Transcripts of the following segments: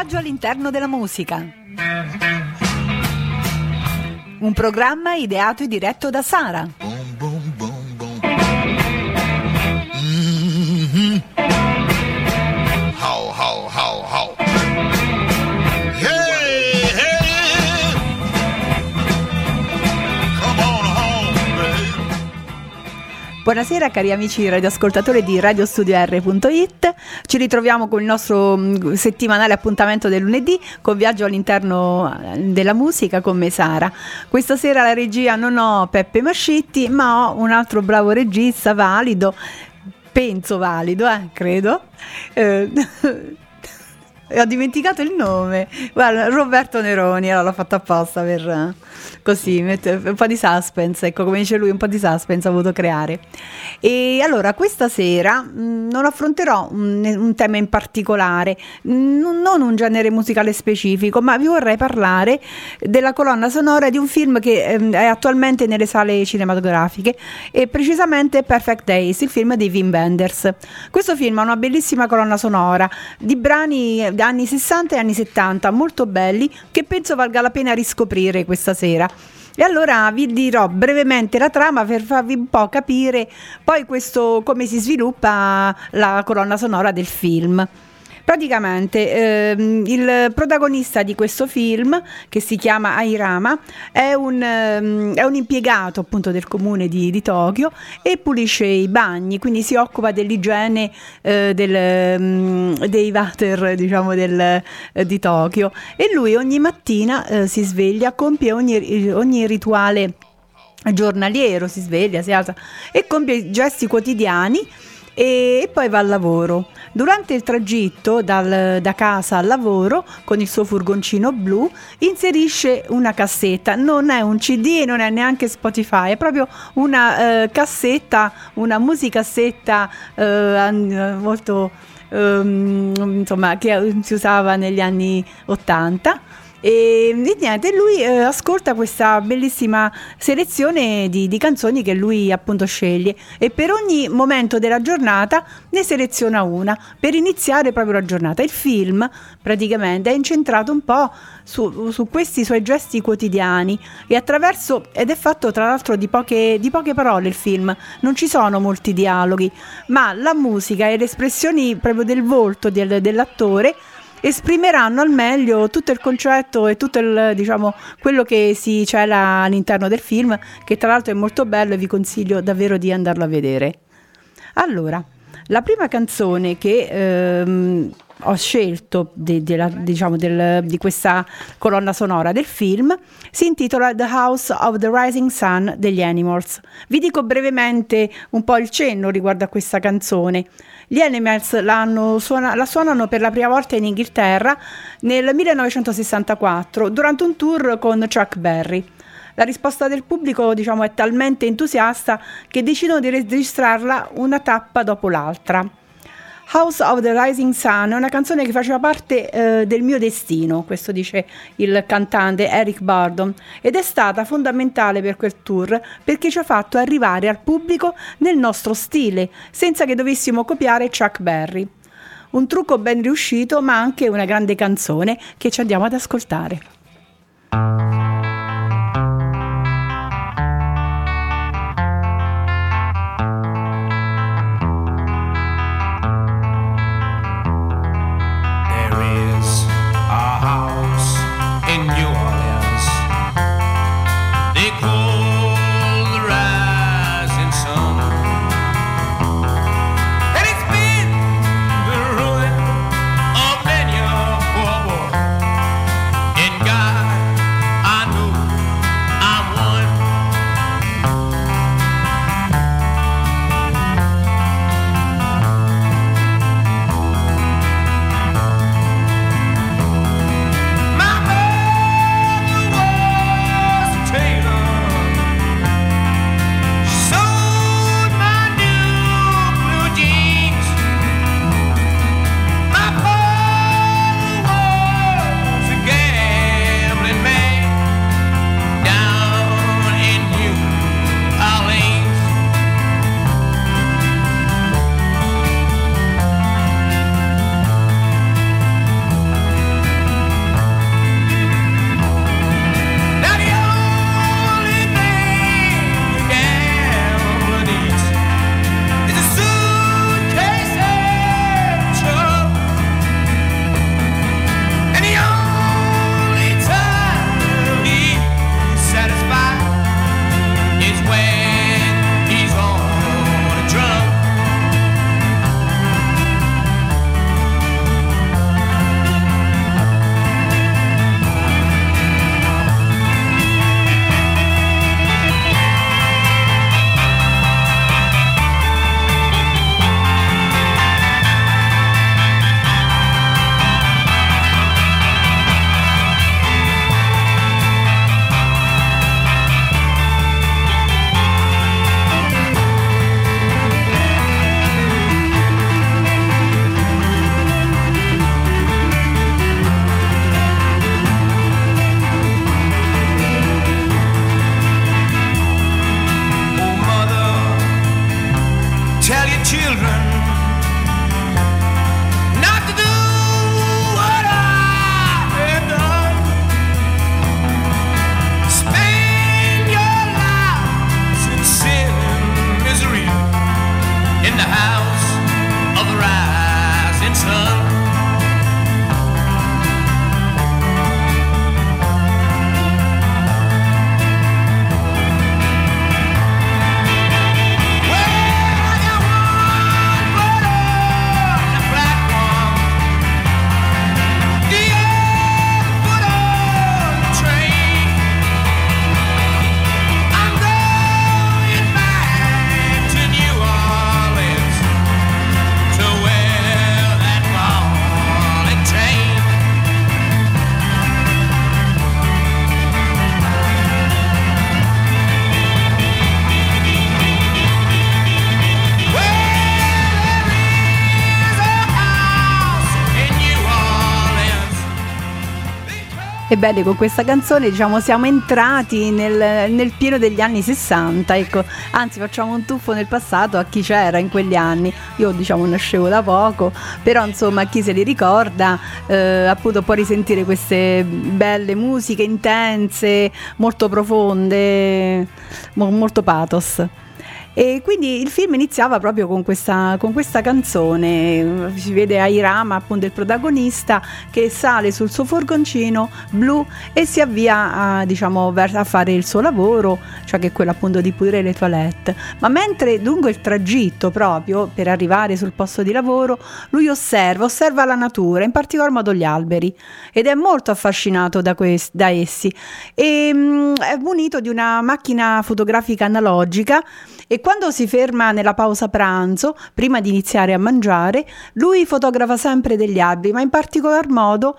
Viaggio all'interno della musica. Un programma ideato e diretto da Sara. Boom, boom, boom, boom. How, how, how, how. Hey, hey. Come on home, babe. Buonasera cari amici radioascoltatori di radiostudio.r.it. Ci ritroviamo con il nostro settimanale appuntamento del lunedì con Viaggio all'interno della musica con me Sara. Questa sera alla regia non ho Peppe Mascitti, ma ho un altro bravo regista valido, penso valido, credo. Ho dimenticato il nome. Guarda, Roberto Neroni, allora l'ho fatto apposta per così mettere un po' di suspense, ecco, come dice lui, un po' di suspense ho voluto creare. E allora questa sera non affronterò un tema in particolare, non un genere musicale specifico, ma vi vorrei parlare della colonna sonora di un film che è attualmente nelle sale cinematografiche, e precisamente Perfect Days, il film di Wim Wenders. Questo film ha una bellissima colonna sonora di brani anni 60 e anni 70 molto belli, che penso valga la pena riscoprire questa sera. E allora vi dirò brevemente la trama per farvi un po' capire poi questo come si sviluppa la colonna sonora del film. Praticamente il protagonista di questo film, che si chiama Airama, è un impiegato appunto del comune di Tokyo e pulisce i bagni, quindi si occupa dell'igiene dei water, diciamo, di Tokyo. E lui ogni mattina si sveglia, compie ogni rituale giornaliero, si sveglia, si alza e compie gesti quotidiani e poi va al lavoro. Durante il tragitto da casa al lavoro, con il suo furgoncino blu, inserisce una cassetta. Non è un CD e non è neanche Spotify, è proprio una cassetta, una musicassetta molto insomma, che si usava negli anni 80. E niente, lui ascolta questa bellissima selezione di canzoni che lui appunto sceglie, e per ogni momento della giornata ne seleziona una per iniziare proprio la giornata. Il film praticamente è incentrato un po' su questi suoi gesti quotidiani ed è fatto tra l'altro di poche parole. Il film non ci sono molti dialoghi, ma la musica e le espressioni proprio del volto dell'attore esprimeranno al meglio tutto il concetto e tutto il, diciamo, quello che si cela all'interno del film, che tra l'altro è molto bello e vi consiglio davvero di andarlo a vedere. Allora, la prima canzone che ho scelto di questa colonna sonora del film si intitola The House of the Rising Sun degli Animals. Vi dico brevemente un po' il cenno riguardo a questa canzone. Gli Animals la suonano per la prima volta in Inghilterra nel 1964 durante un tour con Chuck Berry. La risposta del pubblico, diciamo, è talmente entusiasta che decidono di registrarla una tappa dopo l'altra. House of the Rising Sun è una canzone che faceva parte del mio destino, questo dice il cantante Eric Burdon, ed è stata fondamentale per quel tour perché ci ha fatto arrivare al pubblico nel nostro stile, senza che dovessimo copiare Chuck Berry. Un trucco ben riuscito, ma anche una grande canzone che ci andiamo ad ascoltare. God Ebbene, con questa canzone diciamo siamo entrati nel pieno degli anni 60, ecco. Anzi, facciamo un tuffo nel passato a chi c'era in quegli anni. Io diciamo nascevo da poco, però insomma chi se li ricorda appunto può risentire queste belle musiche intense, molto profonde, molto pathos. E quindi il film iniziava proprio con questa canzone. Si vede Hiram, appunto il protagonista, che sale sul suo furgoncino blu e si avvia a fare il suo lavoro, cioè che è quello appunto di pulire le toilette. Ma mentre lungo il tragitto proprio per arrivare sul posto di lavoro, lui osserva la natura, in particolar modo gli alberi, ed è molto affascinato da essi, e è munito di una macchina fotografica analogica. E quando si ferma nella pausa pranzo, prima di iniziare a mangiare, lui fotografa sempre degli alberi, ma in particolar modo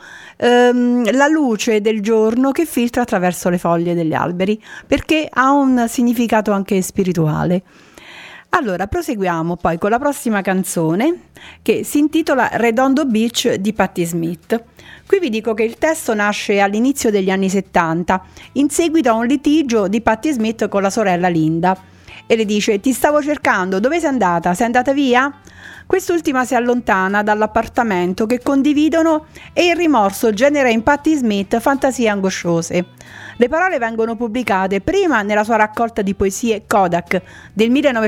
la luce del giorno che filtra attraverso le foglie degli alberi, perché ha un significato anche spirituale. Allora, proseguiamo poi con la prossima canzone, che si intitola Redondo Beach di Patti Smith. Qui vi dico che il testo nasce all'inizio degli anni 70, in seguito a un litigio di Patti Smith con la sorella Linda. E le dice: ti stavo cercando, dove sei andata? Sei andata via? Quest'ultima si allontana dall'appartamento che condividono e il rimorso genera in Patti Smith fantasie angosciose. Le parole vengono pubblicate prima nella sua raccolta di poesie Kodak del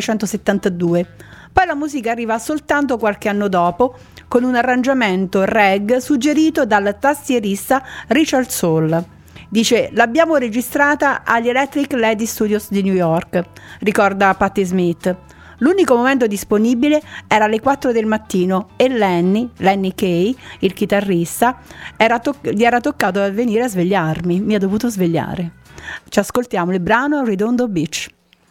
1972, poi la musica arriva soltanto qualche anno dopo con un arrangiamento reggae suggerito dal tastierista Richard Soul. Dice: l'abbiamo registrata agli Electric Lady Studios di New York, ricorda Patti Smith. L'unico momento disponibile era alle 4 del mattino e Lenny Kay, il chitarrista, gli era toccato a venire a svegliarmi, mi ha dovuto svegliare. Ci ascoltiamo il brano Redondo Beach.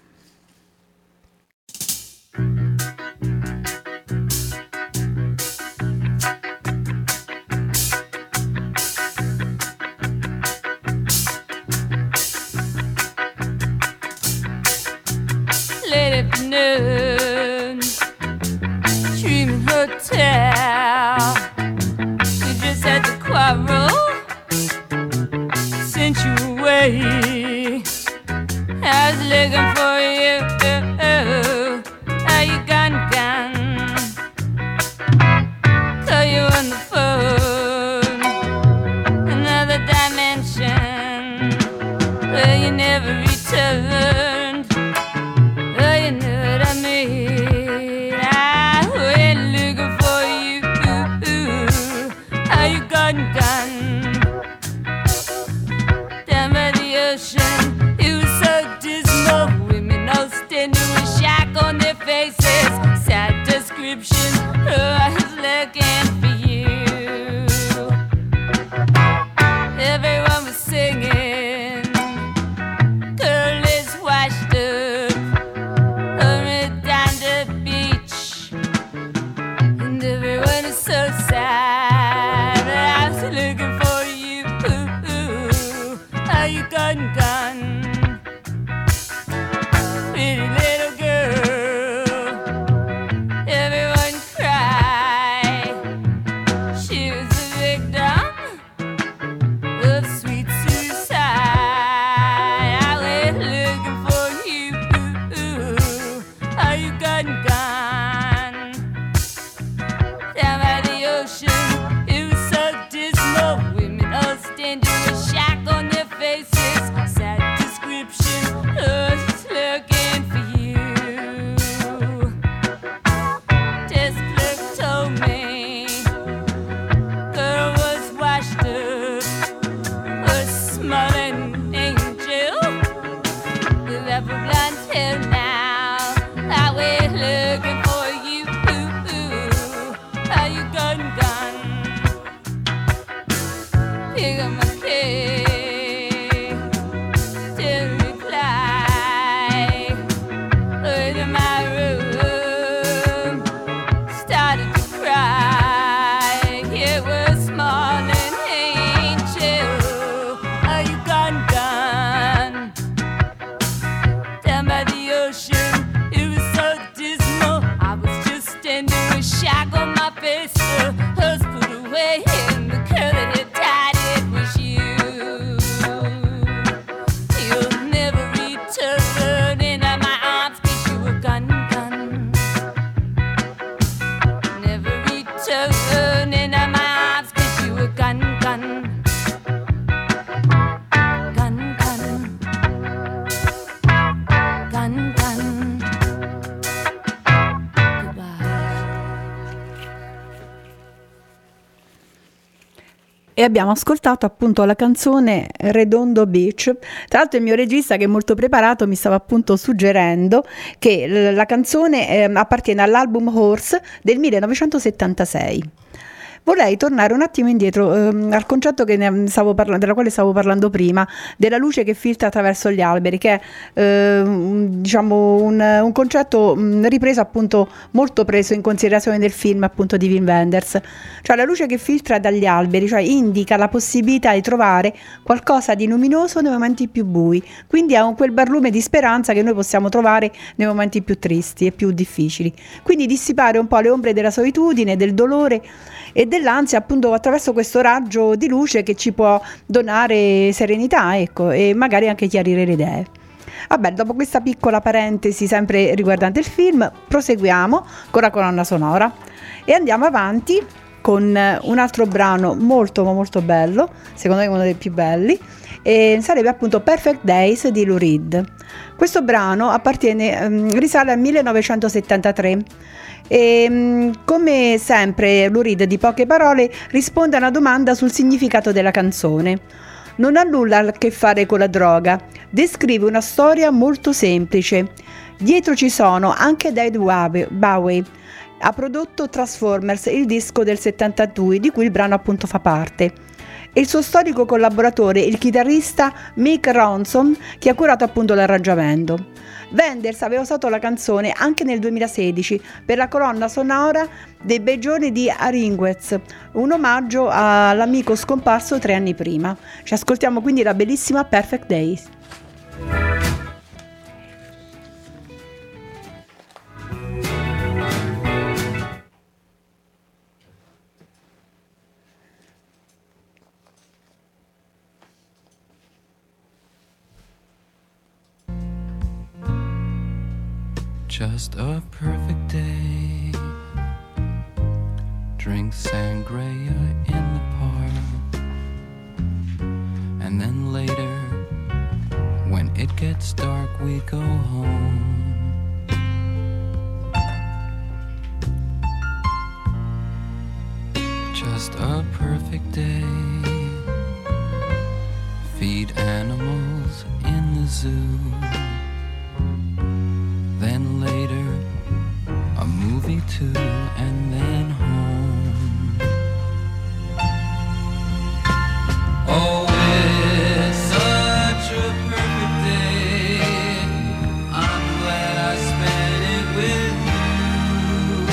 Late afternoon, Dreaming Hotel. You just had to quarrel, sent you away. I was looking for you. Are you gone? Call you on the phone, another dimension where you never returned. Shack on my face, hers put away in the curly hair tied it when she e abbiamo ascoltato appunto la canzone Redondo Beach. Tra l'altro il mio regista, che è molto preparato, mi stava appunto suggerendo che la canzone appartiene all'album Horse del 1976. Vorrei tornare un attimo indietro al concetto della quale stavo parlando prima, della luce che filtra attraverso gli alberi, che è diciamo un concetto ripreso appunto, molto preso in considerazione del film appunto di Wim Wenders. Cioè la luce che filtra dagli alberi, cioè indica la possibilità di trovare qualcosa di luminoso nei momenti più bui, quindi è quel barlume di speranza che noi possiamo trovare nei momenti più tristi e più difficili, quindi dissipare un po' le ombre della solitudine, del dolore e dell'ansia appunto attraverso questo raggio di luce che ci può donare serenità, ecco, e magari anche chiarire le idee. Vabbè, dopo questa piccola parentesi sempre riguardante il film, proseguiamo con la colonna sonora e andiamo avanti con un altro brano molto molto bello, secondo me uno dei più belli, e sarebbe appunto Perfect Days di Lou Reed. Questo brano risale al 1973 e come sempre Lou Reed, di poche parole, risponde a una domanda sul significato della canzone. Non ha nulla a che fare con la droga, descrive una storia molto semplice. Dietro ci sono anche David Bowie, ha prodotto Transformers, il disco del 72 di cui il brano appunto fa parte, e il suo storico collaboratore, il chitarrista Mick Ronson, che ha curato appunto l'arrangiamento. Wenders aveva usato la canzone anche nel 2016 per la colonna sonora dei Bei giorni di Aranjuez, un omaggio all'amico scomparso 3 anni prima. Ci ascoltiamo quindi la bellissima Perfect Days. Just a perfect day. Drink sangria in the park, and then later, when it gets dark, we go home. Just a perfect day. Feed animals in the zoo. Then later, a movie too, and then home. Oh, it's such a perfect day. I'm glad I spent it with you.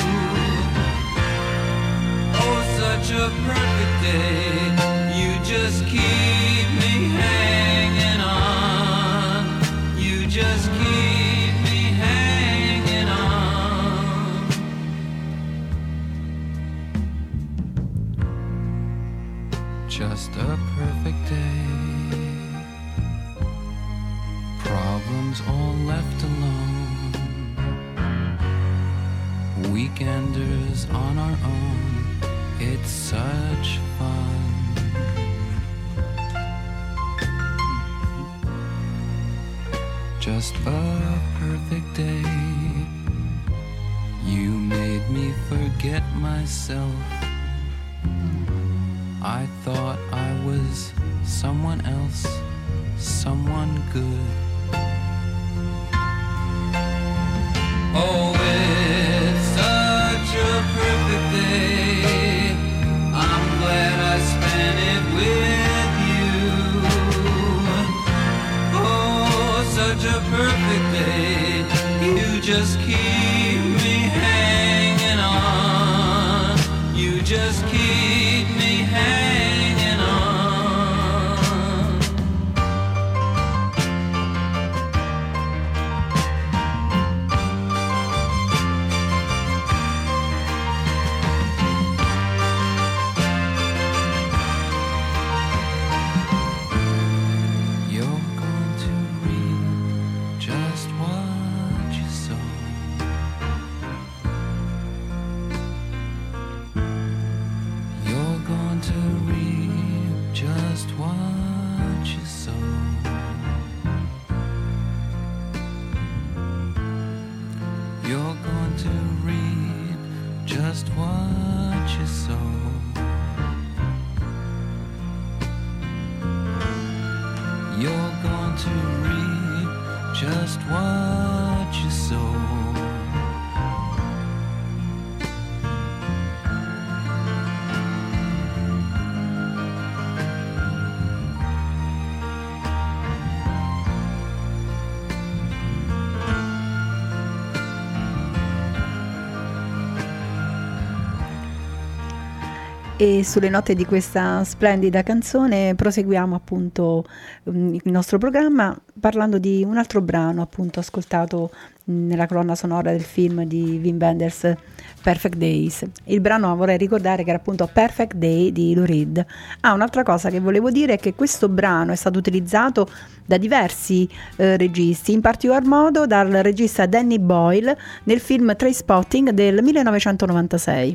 Oh, such a perfect day. You just keep me hanging on. You just keep just a perfect day. Problems all left alone. Weekenders on our own. It's such fun. Just a perfect day. You made me forget myself. I thought I was someone else, someone good. Oh, it's such a perfect day. I'm glad I spent it with you. Oh, such a perfect day. You just keep me hanging on. You just keep me hanging on. You're going to reap just what you sow. You're going to reap just what you sow. You're going to reap just what you sow. to reap just what you sow. E sulle note di questa splendida canzone proseguiamo appunto il nostro programma parlando di un altro brano appunto ascoltato nella colonna sonora del film di Wim Wenders, Perfect Days. Il brano, vorrei ricordare, che era appunto Perfect Day di Lou Reed. Un'altra cosa che volevo dire è che questo brano è stato utilizzato da diversi registi, in particolar modo dal regista Danny Boyle nel film Trainspotting del 1996.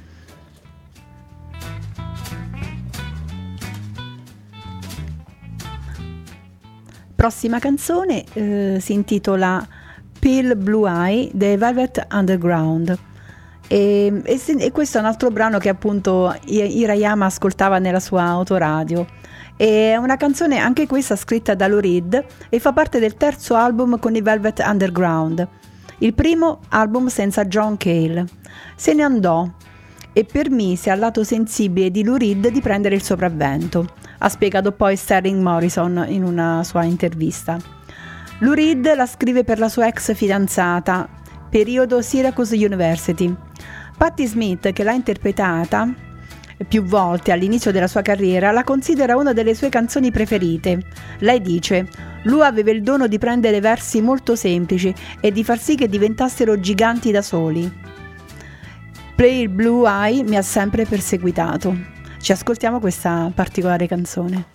Prossima canzone si intitola Pale Blue Eye dei Velvet Underground e questo è un altro brano che appunto Hirayama ascoltava nella sua autoradio. È una canzone anche questa scritta da Lou Reed e fa parte del terzo album con i Velvet Underground, il primo album senza John Cale. Se ne andò e permise al lato sensibile di Lou Reed di prendere il sopravvento, ha spiegato poi Sterling Morrison in una sua intervista. Lou Reed la scrive per la sua ex fidanzata, periodo Syracuse University. Patti Smith, che l'ha interpretata più volte all'inizio della sua carriera, la considera una delle sue canzoni preferite. Lei dice: Lou aveva il dono di prendere versi molto semplici e di far sì che diventassero giganti da soli. Pale Blue Eye mi ha sempre perseguitato. Ci ascoltiamo questa particolare canzone.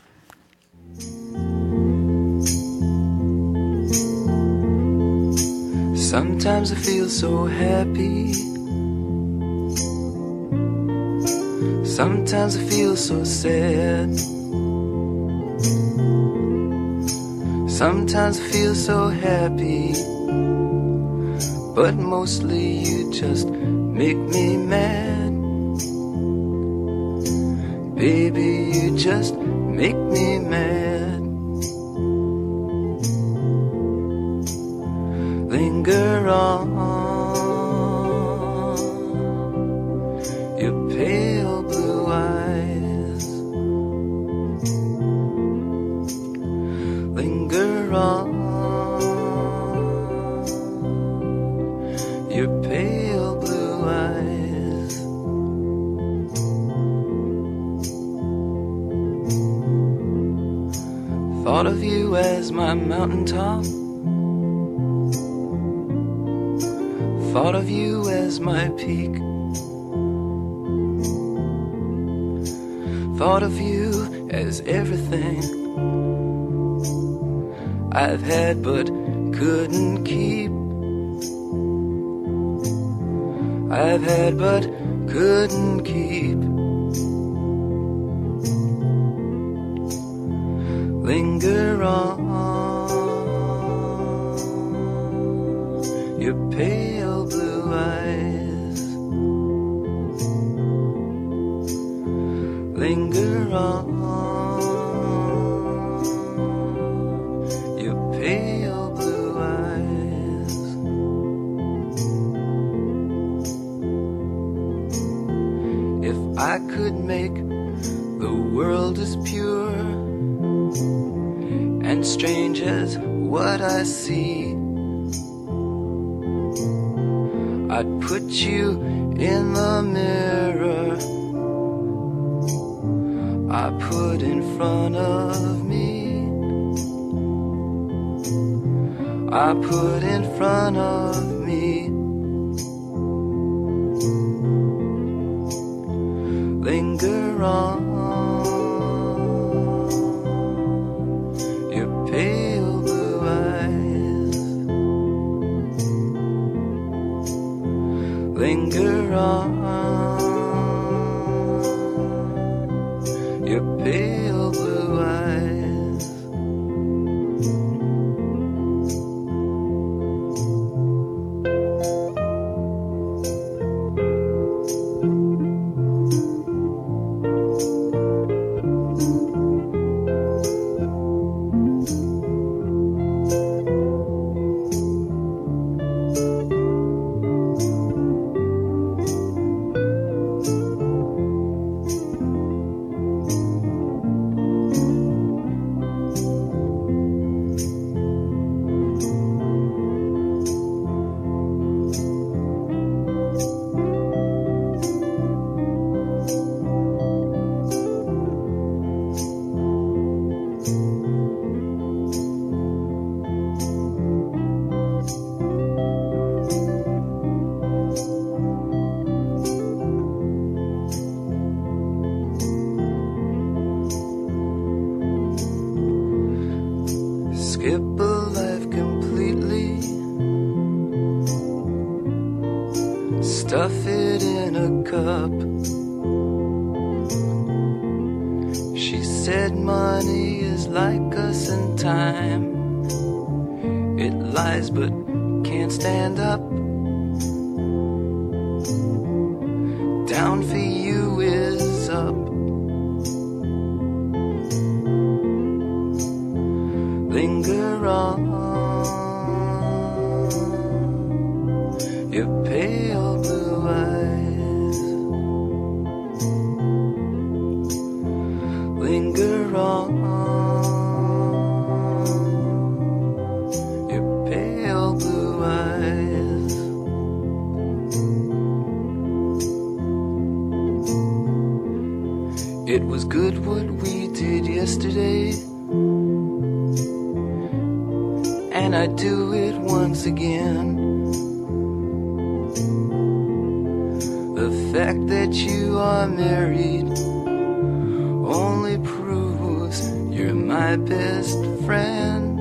Sometimes I feel so happy. Sometimes I feel so sad. Sometimes I feel so happy. But mostly you just make me mad. Baby, you just make me mad. Linger on, your pale blue eyes. Linger on, your pale blue eyes. Thought of you as my mountaintop. Thought of you as my peak. Thought of you as everything I've had but couldn't keep. I've had but couldn't keep. Linger on, your pale blue eyes. Linger on, your pale blue eyes. If I could make the world as pure and strange as what I see, I'd put you in the mirror I put in front of me. I put in front of me. Linger on, your pale blue eyes. Linger on, your pale blue eyes. wake up. She said money is like us in time. It lies but can't stand up. Down for you is up. Linger on, your pale blue eyes. Linger on, your pale blue eyes. It was good what we did yesterday, and I'd do it once again. The fact that you are married only proves you're my best friend.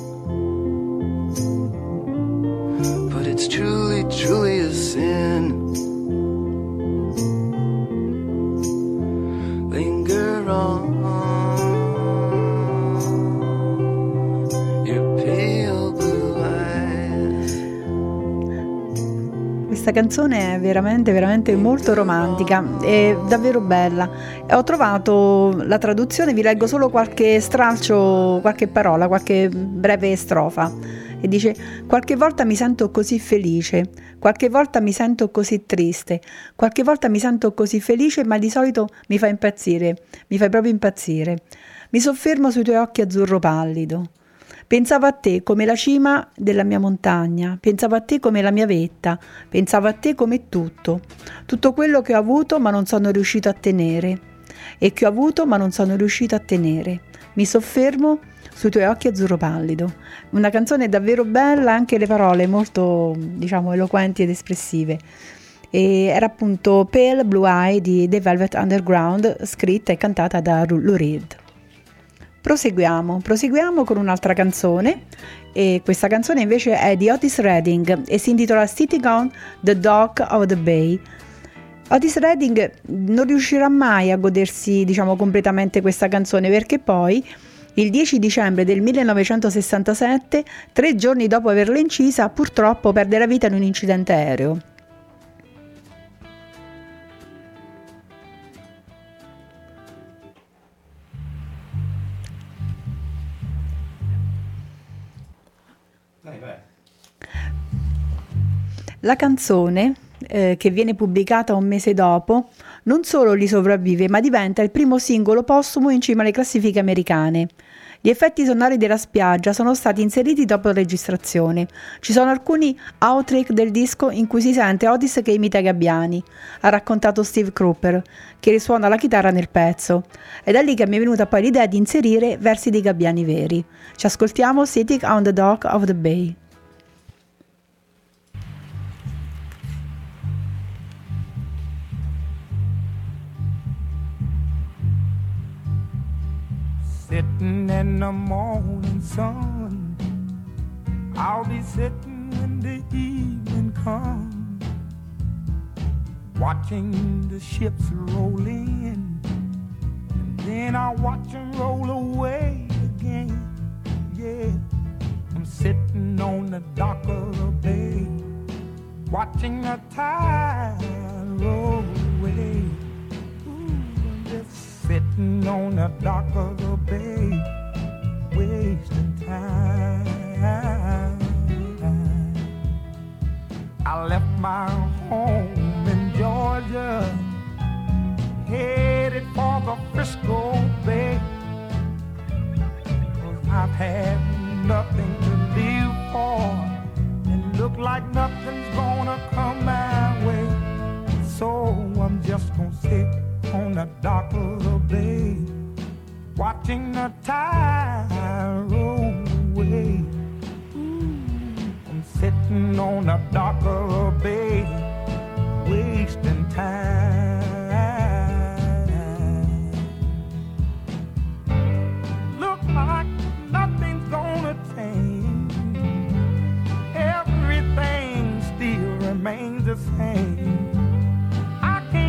But it's truly, truly a sin. Linger on, your pale blue eyes. Questa canzone è veramente, veramente molto romantica, è davvero bella. E ho trovato la traduzione, vi leggo solo qualche stralcio, qualche parola, qualche breve strofa. E dice: qualche volta mi sento così felice, qualche volta mi sento così triste, qualche volta mi sento così felice, ma di solito mi fa impazzire, mi fai proprio impazzire. Mi soffermo sui tuoi occhi azzurro pallido. Pensavo a te come la cima della mia montagna, pensavo a te come la mia vetta, pensavo a te come tutto quello che ho avuto ma non sono riuscito a tenere, e che ho avuto ma non sono riuscito a tenere. Mi soffermo sui tuoi occhi azzurro pallido. Una canzone davvero bella, anche le parole molto, diciamo, eloquenti ed espressive. E era appunto Pale Blue Eye di The Velvet Underground, scritta e cantata da Lou Reed. Proseguiamo con un'altra canzone, e questa canzone invece è di Otis Redding e si intitola Sitting on the Dock of the Bay. Otis Redding non riuscirà mai a godersi, diciamo, completamente questa canzone, perché poi il 10 dicembre del 1967, 3 giorni dopo averla incisa, purtroppo perde la vita in un incidente aereo. La canzone, che viene pubblicata un mese dopo, non solo gli sopravvive, ma diventa il primo singolo postumo in cima alle classifiche americane. Gli effetti sonori della spiaggia sono stati inseriti dopo la registrazione. Ci sono alcuni outtake del disco in cui si sente Otis che imita i gabbiani, ha raccontato Steve Cropper, che risuona la chitarra nel pezzo. È da lì che mi è venuta poi l'idea di inserire versi di gabbiani veri. Ci ascoltiamo Sitting on the Dock of the Bay. Sitting in the morning sun, I'll be sitting when the evening comes, watching the ships roll in, and then I'll watch them roll away again. Yeah, I'm sitting on the dock of the bay, watching the tide roll away. Ooh, just sitting on the dock of the bay, wasting time. I left my home in Georgia, headed for the Frisco Bay, 'cause I've had nothing to live for, and look like nothing's gonna come my way. So I'm just gonna sit on the dock of the bay, watching the tide roll away. I'm sitting on the dock of the bay, wasting time. Look like nothing's gonna change, everything still remains the same. I can't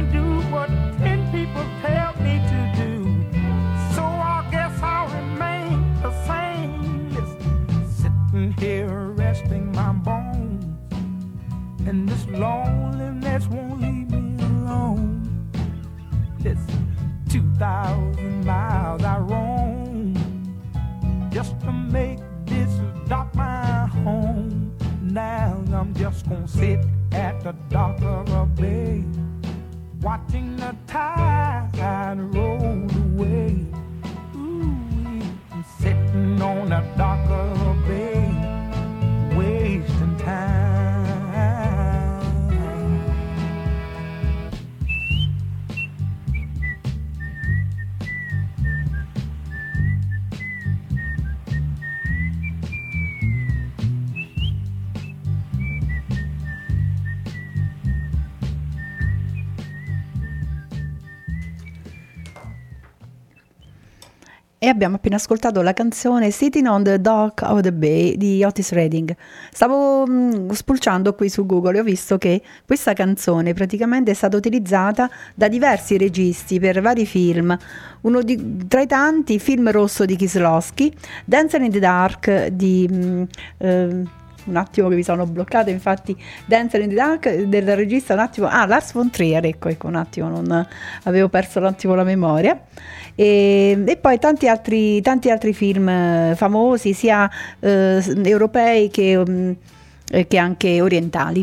E abbiamo appena ascoltato la canzone Sitting on the Dock of the Bay di Otis Redding. Stavo spulciando qui su Google e ho visto che questa canzone praticamente è stata utilizzata da diversi registi per vari film. Tra i tanti, Film rosso di Kieslowski, Dancer in the Dark di... un attimo che mi sono bloccata, infatti Dancer in the Dark del regista Lars von Trier, ecco un attimo, non avevo perso un attimo la memoria, e poi tanti altri film famosi sia europei che anche orientali.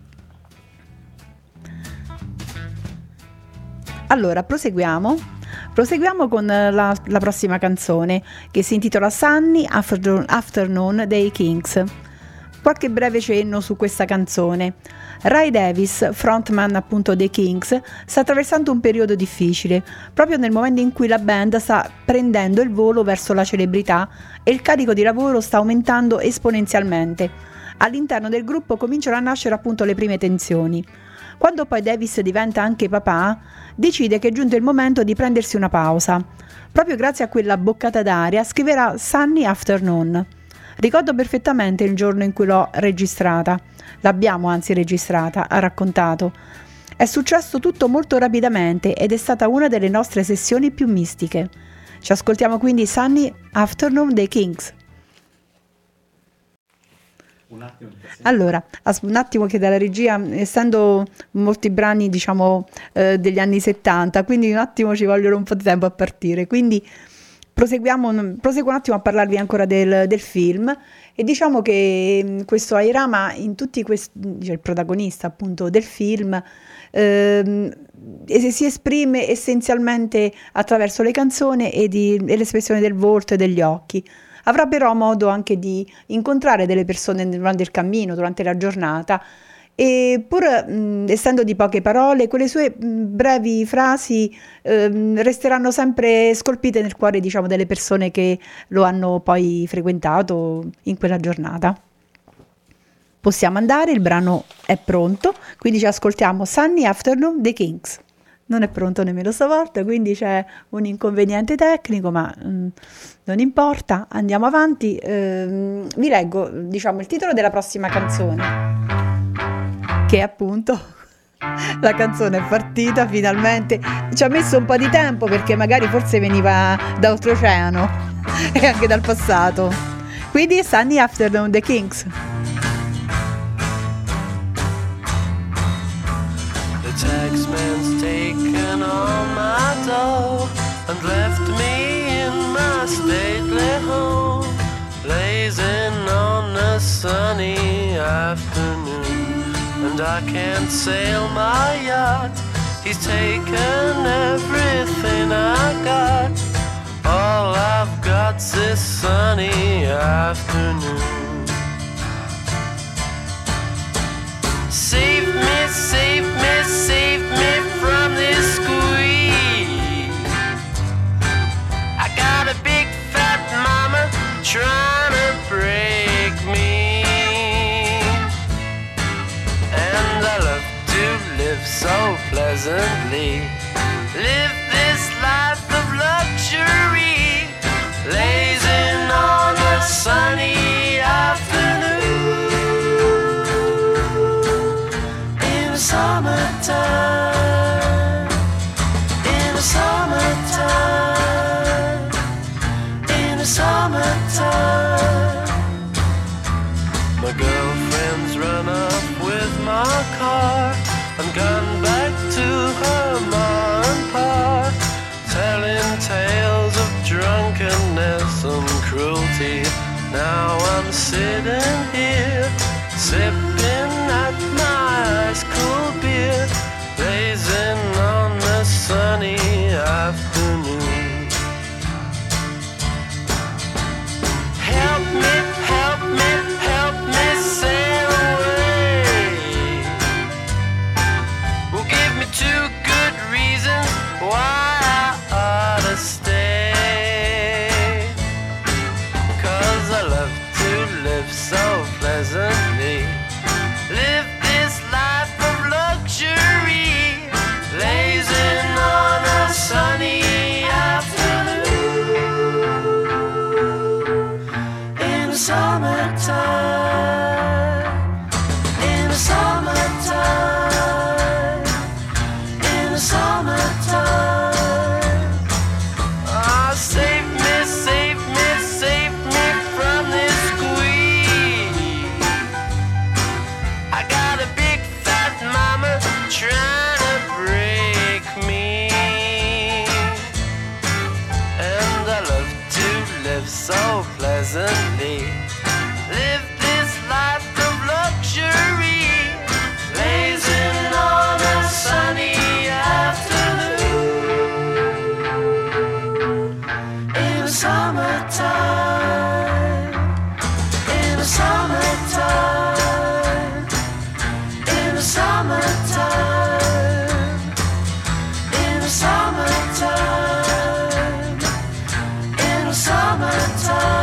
Allora proseguiamo con la prossima canzone, che si intitola Sunny Afternoon dei Kings. Qualche breve cenno su questa canzone. Ray Davies, frontman appunto dei Kings, sta attraversando un periodo difficile, proprio nel momento in cui la band sta prendendo il volo verso la celebrità e il carico di lavoro sta aumentando esponenzialmente. All'interno del gruppo cominciano a nascere appunto le prime tensioni. Quando poi Davies diventa anche papà, decide che è giunto il momento di prendersi una pausa. Proprio grazie a quella boccata d'aria scriverà Sunny Afternoon. Ricordo perfettamente il giorno in cui l'ho registrata. L'abbiamo anzi registrata, ha raccontato. È successo tutto molto rapidamente ed è stata una delle nostre sessioni più mistiche. Ci ascoltiamo quindi Sunny Afternoon dei Kings. Allora, un attimo che dalla regia, essendo molti brani diciamo degli anni 70, quindi un attimo ci vogliono un po' di tempo a partire, quindi proseguo un attimo a parlarvi ancora del film, e diciamo che questo Airama, in tutti questi, il protagonista appunto del film, si esprime essenzialmente attraverso le canzoni e l'espressione del volto e degli occhi. Avrà però modo anche di incontrare delle persone durante il cammino, durante la giornata, e pur essendo di poche parole, quelle sue brevi frasi resteranno sempre scolpite nel cuore, diciamo, delle persone che lo hanno poi frequentato in quella giornata. Possiamo andare, il brano è pronto, quindi ci ascoltiamo Sunny Afternoon dei Kings. Non è pronto nemmeno stavolta, quindi c'è un inconveniente tecnico, ma non importa, andiamo avanti. Vi leggo, diciamo, il titolo della prossima canzone, che appunto la canzone è partita finalmente. Ci ha messo un po' di tempo perché magari forse veniva da oltreoceano e anche dal passato. Quindi Sunny Afternoon the Kings. The taxman's taken all my dough and left me in my stately home, blazing on a sunny afternoon. And I can't sail my yacht, he's taken everything I got. All I've got's this sunny afternoon. Save me, save me, save me from this squeeze. I got a big fat mama trying to break me, and I love to live so pleasantly, live this life of luxury, blazing on a sunny afternoon. Summertime, in the summertime, in the summertime. My girlfriend's run off with my car and gone back to her ma and pa, telling tales of drunkenness and cruelty. Now I'm sitting here, sipping at my ice cold beer, blazing on a sunny afternoon. Help me, help me, help me sail away. Well, give me 2 good reasons why I ought to stay, 'cause I love to live so the summertime, in the summertime, in the summertime. Oh, save me, save me, save me from this squeeze. I got a big fat mama trying to break me, and I love to live so pleasantly. Live this life of luxury, blazing on a sunny afternoon. In the summertime, in the summertime, in the summertime, in the summertime, in the summertime.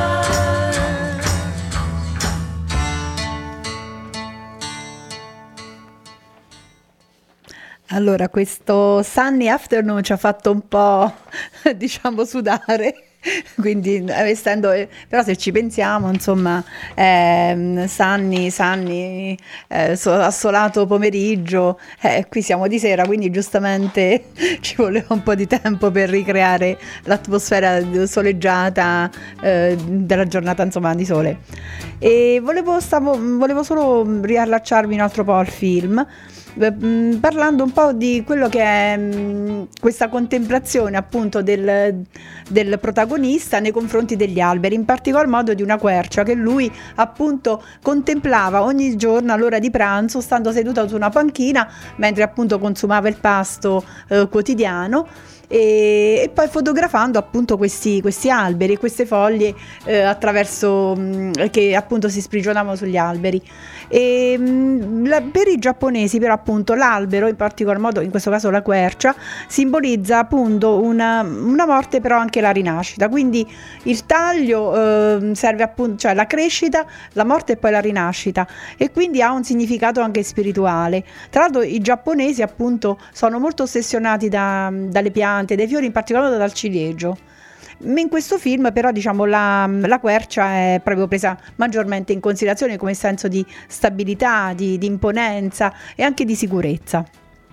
Allora, questo Sunny Afternoon ci ha fatto un po', diciamo, sudare. Quindi, però se ci pensiamo, insomma, Sunny, assolato pomeriggio, qui siamo di sera, quindi giustamente ci voleva un po' di tempo per ricreare l'atmosfera soleggiata della giornata, insomma, di sole. E volevo solo riallacciarmi un altro po' al film, parlando un po' di quello che è questa contemplazione appunto del protagonista nei confronti degli alberi, in particolar modo di una quercia che lui appunto contemplava ogni giorno all'ora di pranzo, stando seduto su una panchina mentre appunto consumava il pasto quotidiano, e poi fotografando appunto questi alberi e queste foglie attraverso che appunto si sprigionavano sugli alberi. E per i giapponesi però appunto l'albero, in particolar modo in questo caso la quercia, simbolizza appunto una morte però anche la rinascita, quindi il taglio serve appunto, cioè la crescita, la morte e poi la rinascita, e quindi ha un significato anche spirituale. Tra l'altro i giapponesi appunto sono molto ossessionati dalle piante, dai fiori, in particolar modo dal ciliegio. In questo film però diciamo la quercia è proprio presa maggiormente in considerazione come senso di stabilità, di imponenza e anche di sicurezza.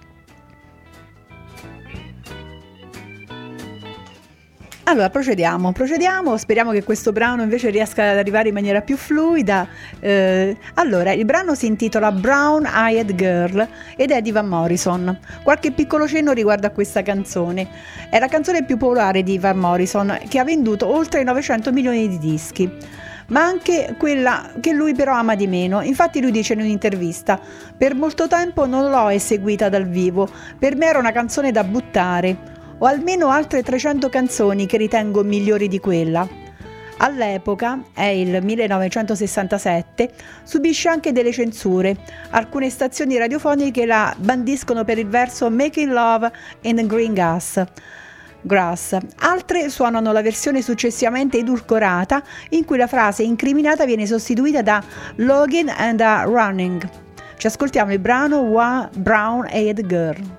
Allora procediamo, speriamo che questo brano invece riesca ad arrivare in maniera più fluida. Allora, il brano si intitola Brown Eyed Girl ed è di Van Morrison. Qualche piccolo cenno riguardo a questa canzone. È la canzone più popolare di Van Morrison, che ha venduto oltre 900 milioni di dischi, ma anche quella che lui però ama di meno. Infatti lui dice in un'intervista: per molto tempo non l'ho eseguita dal vivo, per me era una canzone da buttare. Ho almeno altre 300 canzoni che ritengo migliori di quella. All'epoca, è il 1967, subisce anche delle censure. Alcune stazioni radiofoniche la bandiscono per il verso Making Love in Green Grass. Altre suonano la versione successivamente edulcorata, in cui la frase incriminata viene sostituita da Logging and Running. Ci ascoltiamo il brano Brown Eyed Girl.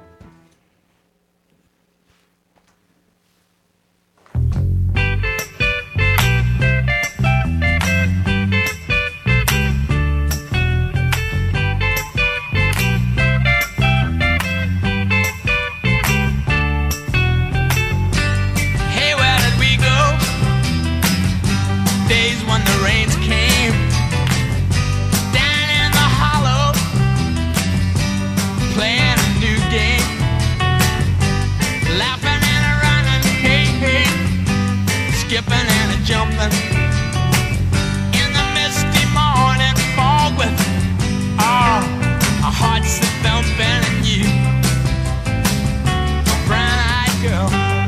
Days when the rains came down in the hollow, playing a new game, laughing and a running, hey, hey, skipping and a jumping in the misty morning fog with our hearts thumping, and you, a brown-eyed girl.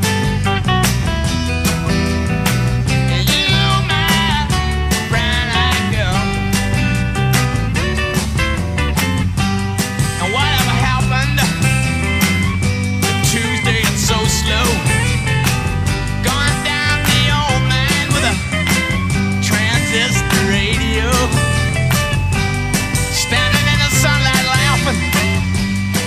Slow, going down the old man with a transistor radio, standing in the sunlight laughing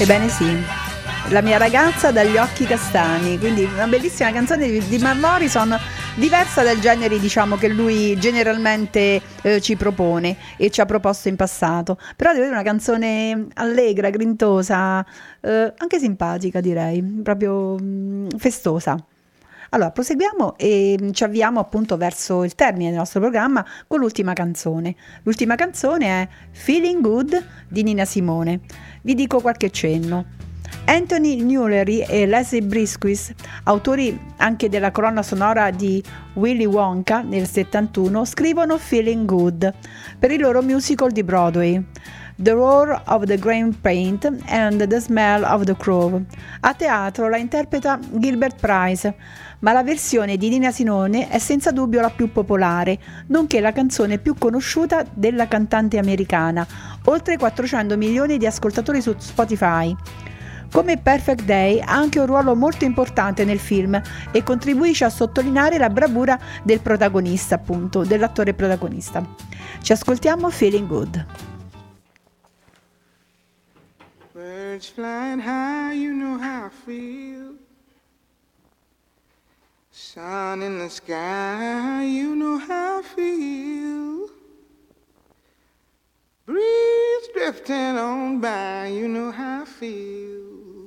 Ebbene sì, La mia ragazza dagli occhi castani, quindi una bellissima canzone di Van Morrison, diversa dal genere, diciamo, che lui generalmente ci propone e ci ha proposto in passato, però deve essere una canzone allegra, grintosa, anche simpatica, direi, proprio festosa. Allora, proseguiamo e ci avviamo appunto verso il termine del nostro programma con l'ultima canzone. L'ultima canzone è Feeling Good di Nina Simone. Vi dico qualche cenno. Anthony Newlery e Leslie Brisquis, autori anche della colonna sonora di Willy Wonka nel 71, scrivono Feeling Good per il loro musical di Broadway, The Roar of the Grain Paint and the Smell of the Crow. A teatro la interpreta Gilbert Price, ma la versione di Nina Simone è senza dubbio la più popolare, nonché la canzone più conosciuta della cantante americana, oltre 400 milioni di ascoltatori su Spotify. Come Perfect Day ha anche un ruolo molto importante nel film e contribuisce a sottolineare la bravura del protagonista, appunto, dell'attore protagonista. Ci ascoltiamo Feeling Good. Birds flying high, you know how I feel. Sun in the sky, you know how I feel. Breeze drifting on by, you know how I feel.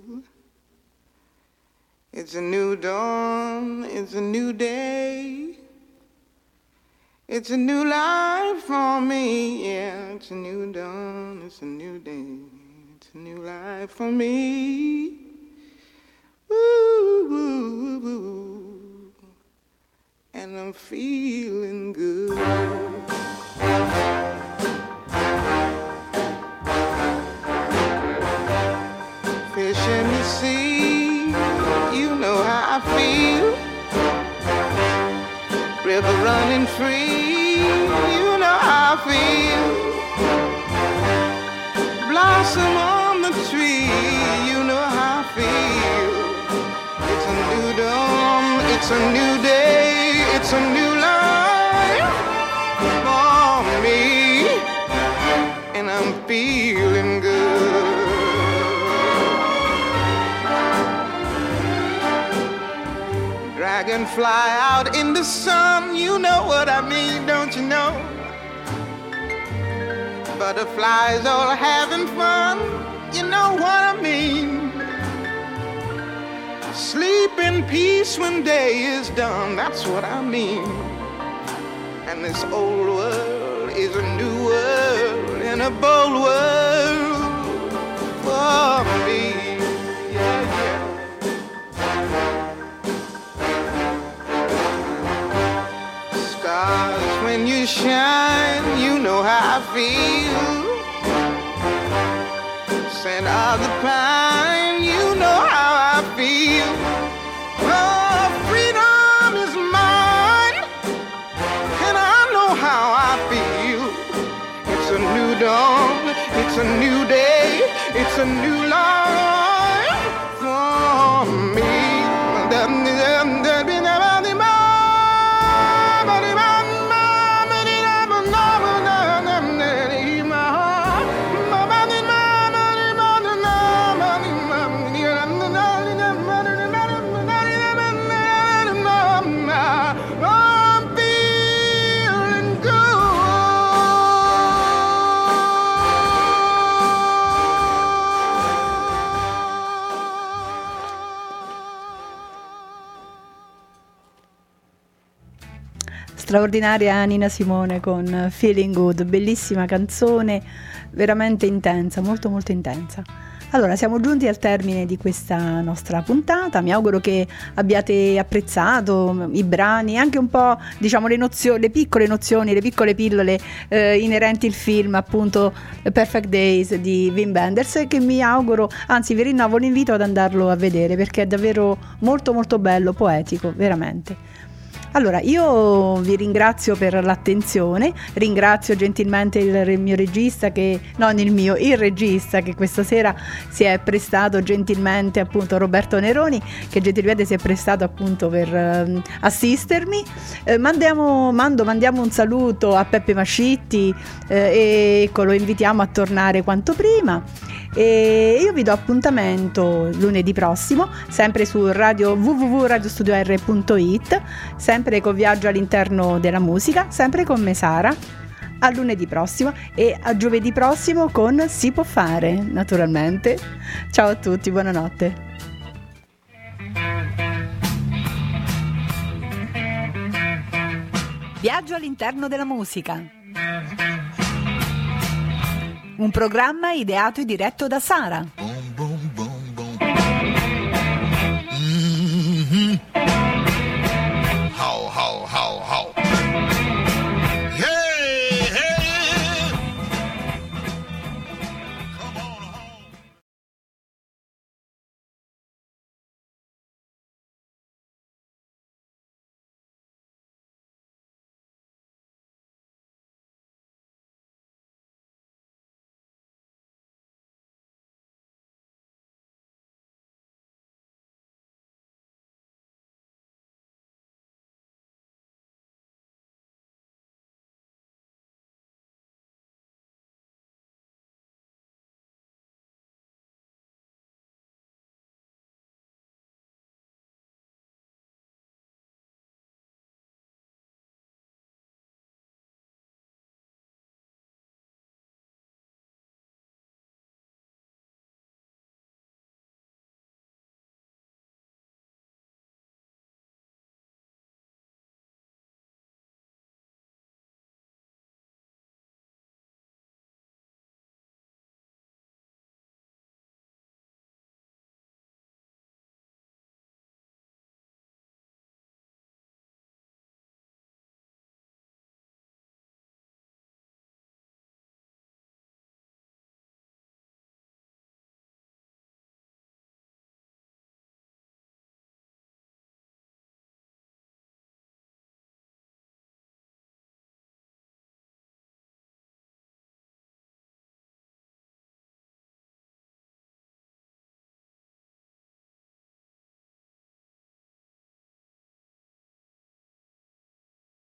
It's a new dawn, it's a new day. It's a new life for me, yeah. It's a new dawn, it's a new day. It's a new life for me. Ooh, ooh, ooh, ooh. And I'm feeling good. Fish in the sea, you know how I feel. River running free, you know how I feel. Blossom on the tree, you know how I feel. It's a new dawn, it's a new day, it's a new life for me, and I'm feeling good. Dragonfly out in the sun, you know what I mean, don't you know? Butterflies all having fun, you know what I mean. Sleep in peace when day is done, that's what I mean. And this old world is a new world and a bold world for me. Yeah, yeah. Stars, when you shine, you know how I feel. Scent of the pine, you know how I feel. Oh, freedom is mine, and I know how I feel. It's a new dawn, it's a new day, it's a new life for me. Straordinaria Nina Simone con Feeling Good, bellissima canzone, veramente intensa, molto molto intensa. Allora, siamo giunti al termine di questa nostra puntata, mi auguro che abbiate apprezzato i brani, anche un po', diciamo, le nozioni, le piccole nozioni, le piccole pillole inerenti al film, appunto Perfect Days di Wim Wenders, che mi auguro, anzi vi rinnovo l'invito ad andarlo a vedere perché è davvero molto molto bello, poetico, veramente. Allora, io vi ringrazio per l'attenzione, ringrazio gentilmente il mio regista il regista che questa sera si è prestato gentilmente, appunto Roberto Neroni, che gentilmente si è prestato appunto per assistermi. Mandiamo un saluto a Peppe Mascitti e lo invitiamo a tornare quanto prima. E io vi do appuntamento lunedì prossimo, sempre su radio www.radiostudior.it, sempre con Viaggio all'interno della musica, sempre con me Sara. A lunedì prossimo e a giovedì prossimo con Si può fare, naturalmente. Ciao a tutti, buonanotte. Viaggio all'interno della musica. Un programma ideato e diretto da Sara.